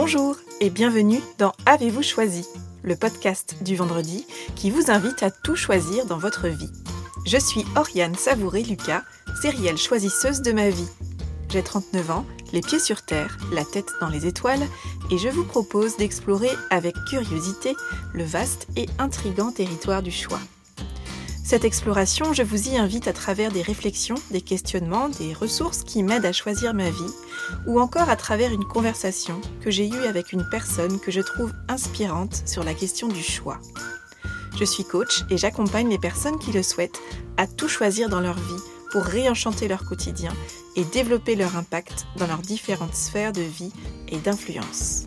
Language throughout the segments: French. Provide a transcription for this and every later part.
Bonjour et bienvenue dans Avez-vous choisi, le podcast du vendredi qui vous invite à tout choisir dans votre vie. Je suis Oriane Savouré-Lucas, sérielle choisisseuse de ma vie. J'ai 39 ans, les pieds sur terre, la tête dans les étoiles, et je vous propose d'explorer avec curiosité le vaste et intrigant territoire du choix. Cette exploration, je vous y invite à travers des réflexions, des questionnements, des ressources qui m'aident à choisir ma vie, ou encore à travers une conversation que j'ai eue avec une personne que je trouve inspirante sur la question du choix. Je suis coach et j'accompagne les personnes qui le souhaitent à tout choisir dans leur vie pour réenchanter leur quotidien et développer leur impact dans leurs différentes sphères de vie et d'influence.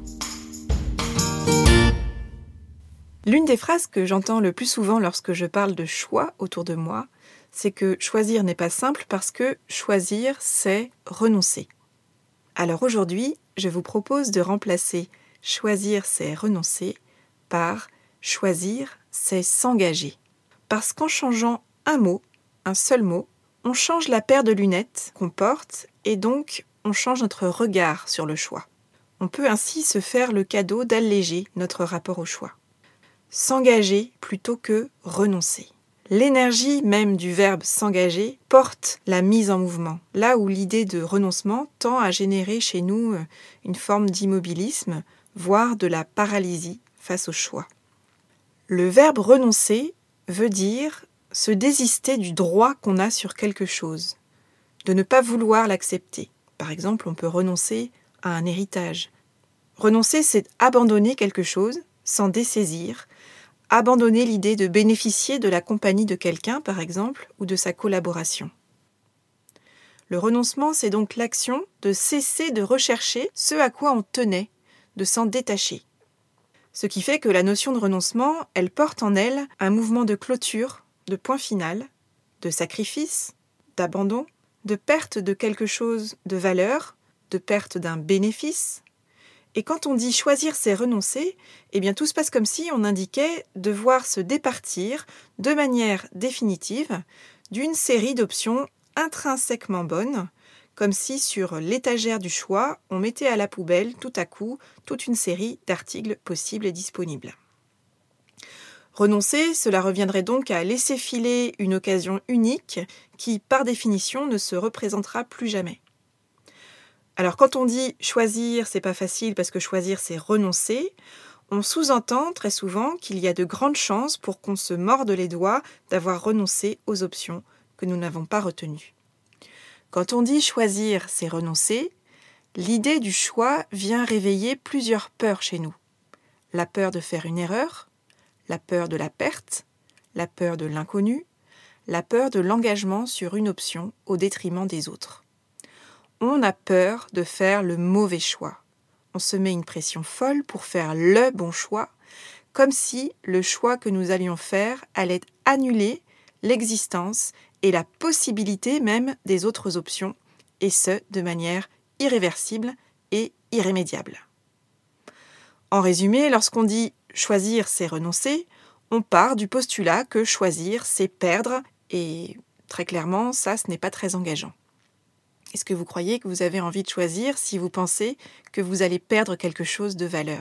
L'une des phrases que j'entends le plus souvent lorsque je parle de choix autour de moi, c'est que choisir n'est pas simple parce que choisir, c'est renoncer. Alors aujourd'hui, je vous propose de remplacer « choisir, c'est renoncer » par « choisir, c'est s'engager ». Parce qu'en changeant un mot, un seul mot, on change la paire de lunettes qu'on porte et donc on change notre regard sur le choix. On peut ainsi se faire le cadeau d'alléger notre rapport au choix. S'engager plutôt que renoncer. L'énergie même du verbe s'engager porte la mise en mouvement, là où l'idée de renoncement tend à générer chez nous une forme d'immobilisme, voire de la paralysie face au choix. Le verbe renoncer veut dire se désister du droit qu'on a sur quelque chose, de ne pas vouloir l'accepter. Par exemple, on peut renoncer à un héritage. Renoncer, c'est abandonner quelque chose, s'en dessaisir, abandonner l'idée de bénéficier de la compagnie de quelqu'un, par exemple, ou de sa collaboration. Le renoncement, c'est donc l'action de cesser de rechercher ce à quoi on tenait, de s'en détacher. Ce qui fait que la notion de renoncement, elle porte en elle un mouvement de clôture, de point final, de sacrifice, d'abandon, de perte de quelque chose de valeur, de perte d'un bénéfice. Et quand on dit choisir, c'est renoncer, eh bien tout se passe comme si on indiquait devoir se départir de manière définitive d'une série d'options intrinsèquement bonnes, comme si sur l'étagère du choix, on mettait à la poubelle tout à coup toute une série d'articles possibles et disponibles. Renoncer, cela reviendrait donc à laisser filer une occasion unique qui, par définition, ne se représentera plus jamais. Alors quand on dit choisir, c'est pas facile parce que choisir, c'est renoncer, on sous-entend très souvent qu'il y a de grandes chances pour qu'on se morde les doigts d'avoir renoncé aux options que nous n'avons pas retenues. Quand on dit choisir, c'est renoncer, l'idée du choix vient réveiller plusieurs peurs chez nous. La peur de faire une erreur, la peur de la perte, la peur de l'inconnu, la peur de l'engagement sur une option au détriment des autres. On a peur de faire le mauvais choix. On se met une pression folle pour faire le bon choix, comme si le choix que nous allions faire allait annuler l'existence et la possibilité même des autres options, et ce, de manière irréversible et irrémédiable. En résumé, lorsqu'on dit « choisir, c'est renoncer », on part du postulat que choisir, c'est perdre, et très clairement, ça, ce n'est pas très engageant. Est-ce que vous croyez que vous avez envie de choisir si vous pensez que vous allez perdre quelque chose de valeur ?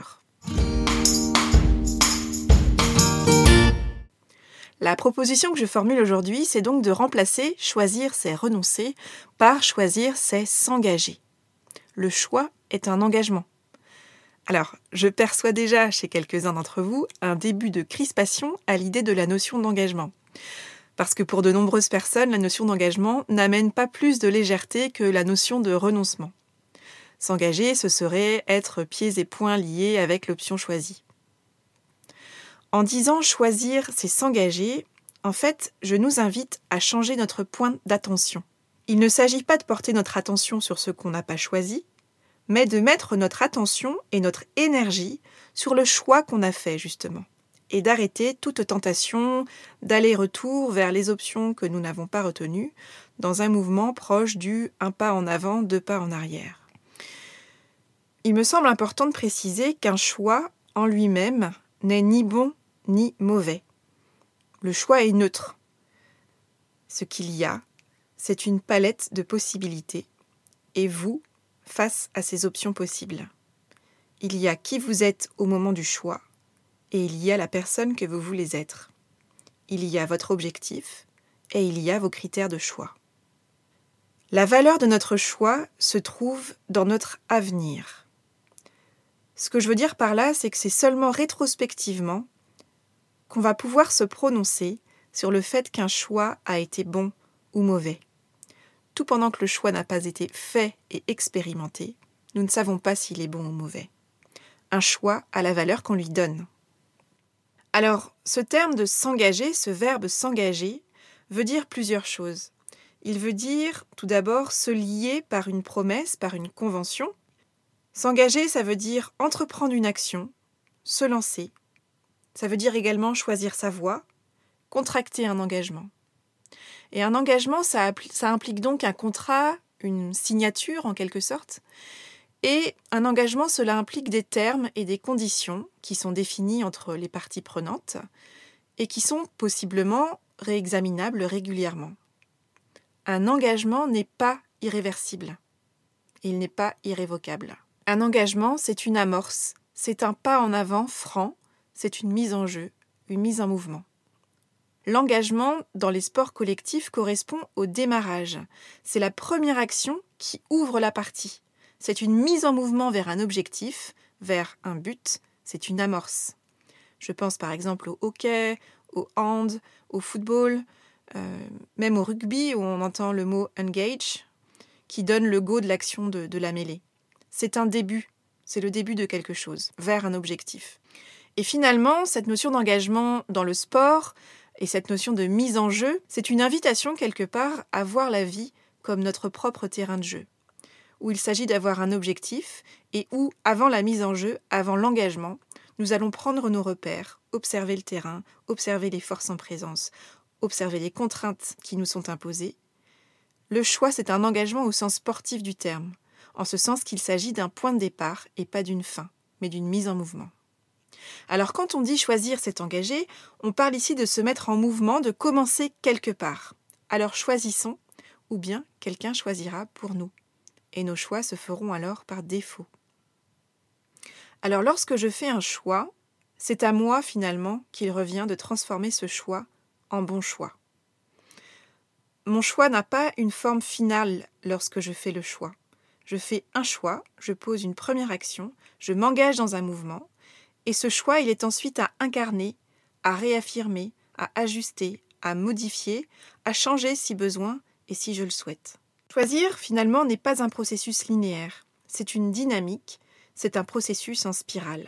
La proposition que je formule aujourd'hui, c'est donc de remplacer « choisir, c'est renoncer » par « choisir, c'est s'engager ». Le choix est un engagement. Alors, je perçois déjà chez quelques-uns d'entre vous un début de crispation à l'idée de la notion d'engagement. Parce que pour de nombreuses personnes, la notion d'engagement n'amène pas plus de légèreté que la notion de renoncement. S'engager, ce serait être pieds et poings liés avec l'option choisie. En disant « choisir, c'est s'engager », en fait, je nous invite à changer notre point d'attention. Il ne s'agit pas de porter notre attention sur ce qu'on n'a pas choisi, mais de mettre notre attention et notre énergie sur le choix qu'on a fait, justement, et d'arrêter toute tentation d'aller-retour vers les options que nous n'avons pas retenues, dans un mouvement proche du « un pas en avant, deux pas en arrière ». Il me semble important de préciser qu'un choix, en lui-même, n'est ni bon ni mauvais. Le choix est neutre. Ce qu'il y a, c'est une palette de possibilités, et vous, face à ces options possibles. Il y a qui vous êtes au moment du choix et il y a la personne que vous voulez être. Il y a votre objectif et il y a vos critères de choix. La valeur de notre choix se trouve dans notre avenir. Ce que je veux dire par là, c'est que c'est seulement rétrospectivement qu'on va pouvoir se prononcer sur le fait qu'un choix a été bon ou mauvais. Tout pendant que le choix n'a pas été fait et expérimenté, nous ne savons pas s'il est bon ou mauvais. Un choix a la valeur qu'on lui donne. Alors, ce terme de s'engager, ce verbe s'engager, veut dire plusieurs choses. Il veut dire, tout d'abord, se lier par une promesse, par une convention. S'engager, ça veut dire entreprendre une action, se lancer. Ça veut dire également choisir sa voie, contracter un engagement. Et un engagement, ça implique donc un contrat, une signature en quelque sorte. Et un engagement, cela implique des termes et des conditions qui sont définis entre les parties prenantes et qui sont possiblement réexaminables régulièrement. Un engagement n'est pas irréversible. Il n'est pas irrévocable. Un engagement, c'est une amorce, c'est un pas en avant franc, c'est une mise en jeu, une mise en mouvement. L'engagement dans les sports collectifs correspond au démarrage. C'est la première action qui ouvre la partie. C'est une mise en mouvement vers un objectif, vers un but, c'est une amorce. Je pense par exemple au hockey, au hand, au football, même au rugby où on entend le mot « engage » qui donne le go de l'action de la mêlée. C'est un début, c'est le début de quelque chose, vers un objectif. Et finalement, cette notion d'engagement dans le sport et cette notion de mise en jeu, c'est une invitation quelque part à voir la vie comme notre propre terrain de jeu, où il s'agit d'avoir un objectif et où, avant la mise en jeu, avant l'engagement, nous allons prendre nos repères, observer le terrain, observer les forces en présence, observer les contraintes qui nous sont imposées. Le choix, c'est un engagement au sens sportif du terme, en ce sens qu'il s'agit d'un point de départ et pas d'une fin, mais d'une mise en mouvement. Alors quand on dit choisir, c'est engager, on parle ici de se mettre en mouvement, de commencer quelque part. Alors choisissons, ou bien quelqu'un choisira pour nous. Et nos choix se feront alors par défaut. Alors lorsque je fais un choix, c'est à moi finalement qu'il revient de transformer ce choix en bon choix. Mon choix n'a pas une forme finale lorsque je fais le choix. Je fais un choix, je pose une première action, je m'engage dans un mouvement, et ce choix, il est ensuite à incarner, à réaffirmer, à ajuster, à modifier, à changer si besoin et si je le souhaite. Choisir, finalement, n'est pas un processus linéaire. C'est une dynamique, c'est un processus en spirale.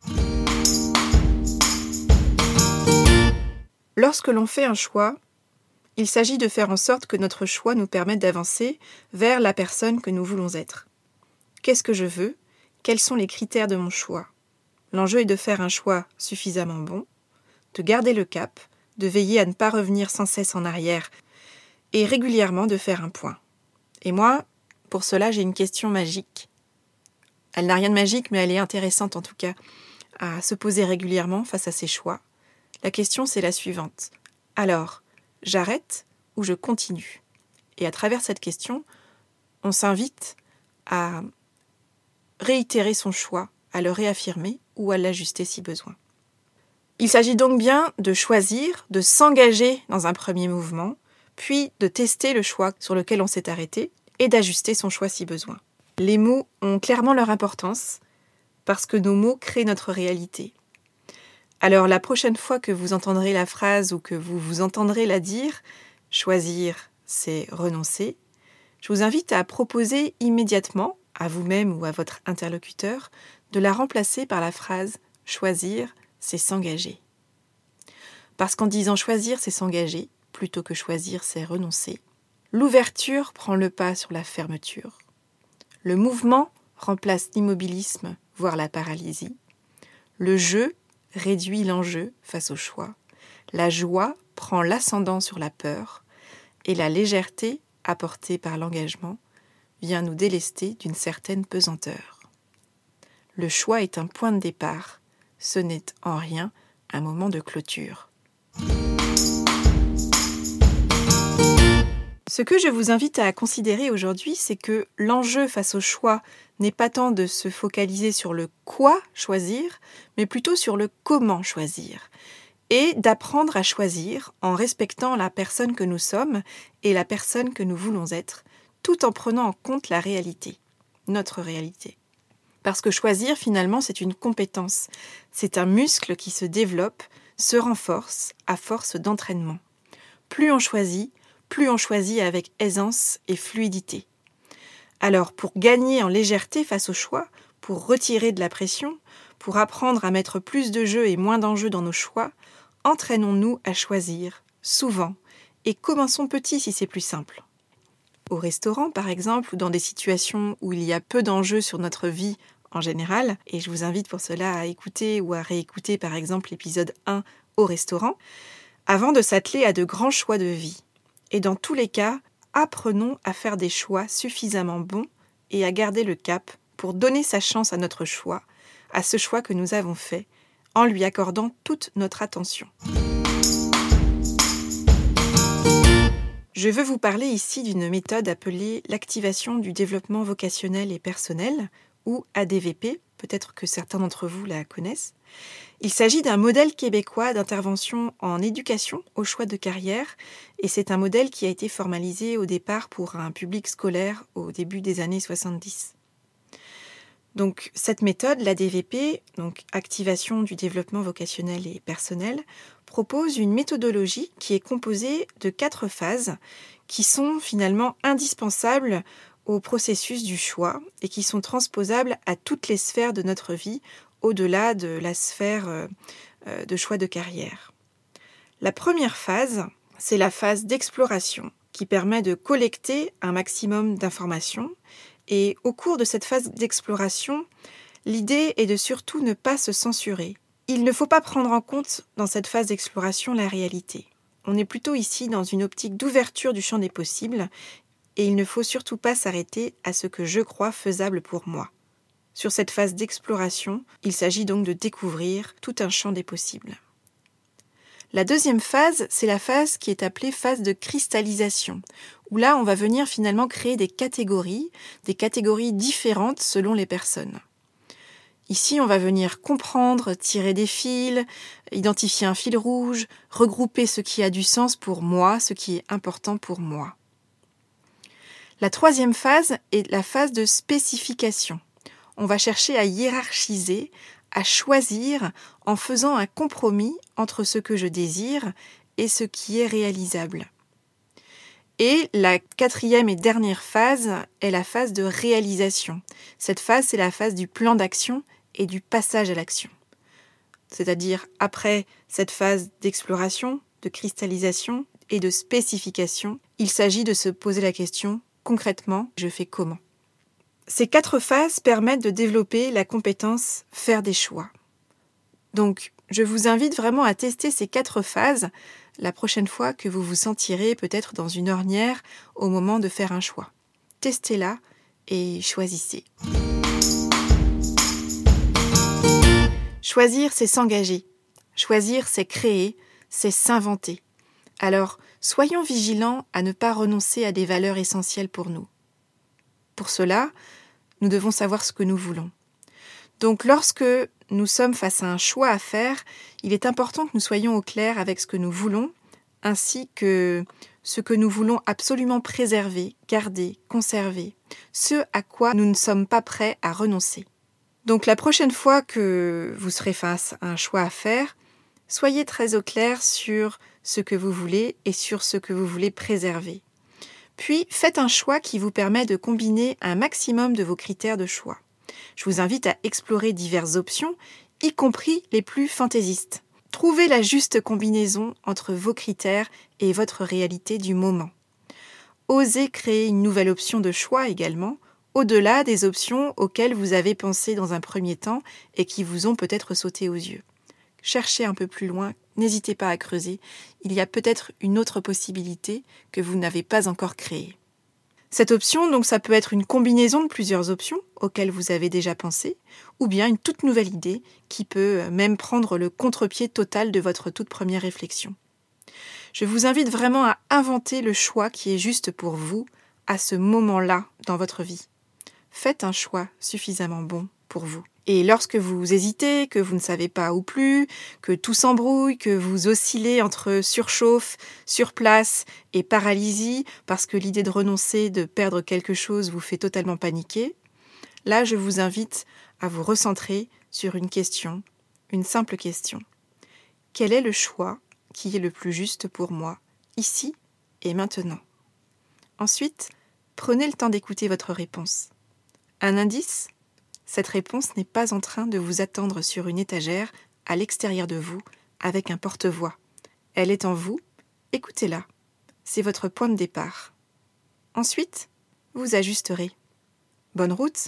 Lorsque l'on fait un choix, il s'agit de faire en sorte que notre choix nous permette d'avancer vers la personne que nous voulons être. Qu'est-ce que je veux ? Quels sont les critères de mon choix ? L'enjeu est de faire un choix suffisamment bon, de garder le cap, de veiller à ne pas revenir sans cesse en arrière et régulièrement de faire un point. Et moi, pour cela, j'ai une question magique. Elle n'a rien de magique, mais elle est intéressante en tout cas à se poser régulièrement face à ses choix. La question, c'est la suivante. Alors, j'arrête ou je continue ? Et à travers cette question, on s'invite à réitérer son choix, à le réaffirmer ou à l'ajuster si besoin. Il s'agit donc bien de choisir, de s'engager dans un premier mouvement, puis de tester le choix sur lequel on s'est arrêté et d'ajuster son choix si besoin. Les mots ont clairement leur importance parce que nos mots créent notre réalité. Alors la prochaine fois que vous entendrez la phrase ou que vous vous entendrez la dire, choisir, c'est renoncer, je vous invite à proposer immédiatement, à vous-même ou à votre interlocuteur, de la remplacer par la phrase « choisir, c'est s'engager ». Parce qu'en disant « choisir, c'est s'engager », plutôt que « choisir, c'est renoncer », l'ouverture prend le pas sur la fermeture. Le mouvement remplace l'immobilisme, voire la paralysie. Le jeu réduit l'enjeu face au choix. La joie prend l'ascendant sur la peur. Et la légèreté, apportée par l'engagement, vient nous délester d'une certaine pesanteur. Le choix est un point de départ. Ce n'est en rien un moment de clôture. Ce que je vous invite à considérer aujourd'hui, c'est que l'enjeu face au choix n'est pas tant de se focaliser sur le quoi choisir, mais plutôt sur le comment choisir. Et d'apprendre à choisir en respectant la personne que nous sommes et la personne que nous voulons être, tout en prenant en compte la réalité, notre réalité. Parce que choisir, finalement, c'est une compétence. C'est un muscle qui se développe, se renforce à force d'entraînement. Plus on choisit avec aisance et fluidité. Alors, pour gagner en légèreté face au choix, pour retirer de la pression, pour apprendre à mettre plus de jeu et moins d'enjeux dans nos choix, entraînons-nous à choisir, souvent, et commençons petit si c'est plus simple. Au restaurant, par exemple, ou dans des situations où il y a peu d'enjeux sur notre vie en général, et je vous invite pour cela à écouter ou à réécouter par exemple l'épisode 1 au restaurant, avant de s'atteler à de grands choix de vie. Et dans tous les cas, apprenons à faire des choix suffisamment bons et à garder le cap pour donner sa chance à notre choix, à ce choix que nous avons fait, en lui accordant toute notre attention. Je veux vous parler ici d'une méthode appelée l'activation du développement vocationnel et personnel, ou ADVP, peut-être que certains d'entre vous la connaissent. Il s'agit d'un modèle québécois d'intervention en éducation au choix de carrière, et c'est un modèle qui a été formalisé au départ pour un public scolaire au début des années 70. Donc cette méthode, l'ADVP, donc activation du développement vocationnel et personnel, propose une méthodologie qui est composée de 4 phases qui sont finalement indispensables au processus du choix et qui sont transposables à toutes les sphères de notre vie, au-delà de la sphère de choix de carrière. La première phase, c'est la phase d'exploration qui permet de collecter un maximum d'informations. Et au cours de cette phase d'exploration, l'idée est de surtout ne pas se censurer. Il ne faut pas prendre en compte dans cette phase d'exploration la réalité. On est plutôt ici dans une optique d'ouverture du champ des possibles et il ne faut surtout pas s'arrêter à ce que je crois faisable pour moi. Sur cette phase d'exploration, il s'agit donc de découvrir tout un champ des possibles. La deuxième phase, c'est la phase qui est appelée phase de cristallisation, où là, on va venir finalement créer des catégories différentes selon les personnes. Ici, on va venir comprendre, tirer des fils, identifier un fil rouge, regrouper ce qui a du sens pour moi, ce qui est important pour moi. La troisième phase est la phase de spécification. On va chercher à hiérarchiser, à choisir en faisant un compromis entre ce que je désire et ce qui est réalisable. Et la quatrième et dernière phase est la phase de réalisation. Cette phase, c'est la phase du plan d'action et du passage à l'action. C'est-à-dire, après cette phase d'exploration, de cristallisation et de spécification, il s'agit de se poser la question, concrètement, je fais comment ? Ces 4 phases permettent de développer la compétence faire des choix. Donc, je vous invite vraiment à tester ces 4 phases la prochaine fois que vous vous sentirez peut-être dans une ornière au moment de faire un choix. Testez-la et choisissez. Choisir, c'est s'engager. Choisir, c'est créer, c'est s'inventer. Alors, soyons vigilants à ne pas renoncer à des valeurs essentielles pour nous. Pour cela, nous devons savoir ce que nous voulons. Donc, lorsque nous sommes face à un choix à faire, il est important que nous soyons au clair avec ce que nous voulons, ainsi que ce que nous voulons absolument préserver, garder, conserver, ce à quoi nous ne sommes pas prêts à renoncer. Donc, la prochaine fois que vous serez face à un choix à faire, soyez très au clair sur ce que vous voulez et sur ce que vous voulez préserver. Puis, faites un choix qui vous permet de combiner un maximum de vos critères de choix. Je vous invite à explorer diverses options, y compris les plus fantaisistes. Trouvez la juste combinaison entre vos critères et votre réalité du moment. Osez créer une nouvelle option de choix également, au-delà des options auxquelles vous avez pensé dans un premier temps et qui vous ont peut-être sauté aux yeux. Cherchez un peu plus loin, n'hésitez pas à creuser. Il y a peut-être une autre possibilité que vous n'avez pas encore créée. Cette option, donc, ça peut être une combinaison de plusieurs options auxquelles vous avez déjà pensé, ou bien une toute nouvelle idée qui peut même prendre le contre-pied total de votre toute première réflexion. Je vous invite vraiment à inventer le choix qui est juste pour vous à ce moment-là dans votre vie. Faites un choix suffisamment bon pour vous. Et lorsque vous hésitez, que vous ne savez pas ou plus, que tout s'embrouille, que vous oscillez entre surchauffe, surplace et paralysie parce que l'idée de renoncer, de perdre quelque chose vous fait totalement paniquer, là je vous invite à vous recentrer sur une question, une simple question. Quel est le choix qui est le plus juste pour moi, ici et maintenant ? Ensuite, prenez le temps d'écouter votre réponse. Un indice ? Cette réponse n'est pas en train de vous attendre sur une étagère à l'extérieur de vous avec un porte-voix. Elle est en vous, écoutez-la. C'est votre point de départ. Ensuite, vous ajusterez. Bonne route!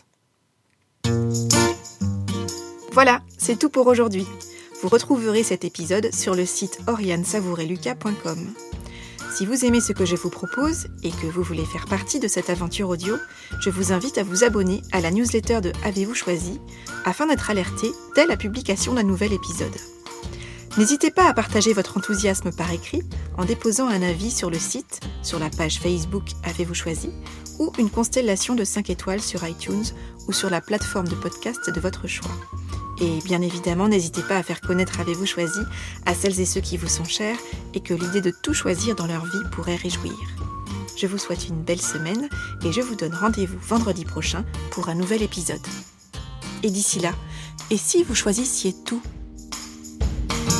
Voilà, c'est tout pour aujourd'hui. Vous retrouverez cet épisode sur le site oriansavoureluca.com. Si vous aimez ce que je vous propose et que vous voulez faire partie de cette aventure audio, je vous invite à vous abonner à la newsletter de Avez-vous choisi afin d'être alerté dès la publication d'un nouvel épisode. N'hésitez pas à partager votre enthousiasme par écrit en déposant un avis sur le site, sur la page Facebook Avez-vous choisi ou une constellation de 5 étoiles sur iTunes ou sur la plateforme de podcast de votre choix. Et bien évidemment, n'hésitez pas à faire connaître Avez-vous choisi à celles et ceux qui vous sont chers et que l'idée de tout choisir dans leur vie pourrait réjouir. Je vous souhaite une belle semaine et je vous donne rendez-vous vendredi prochain pour un nouvel épisode. Et d'ici là, et si vous choisissiez tout ?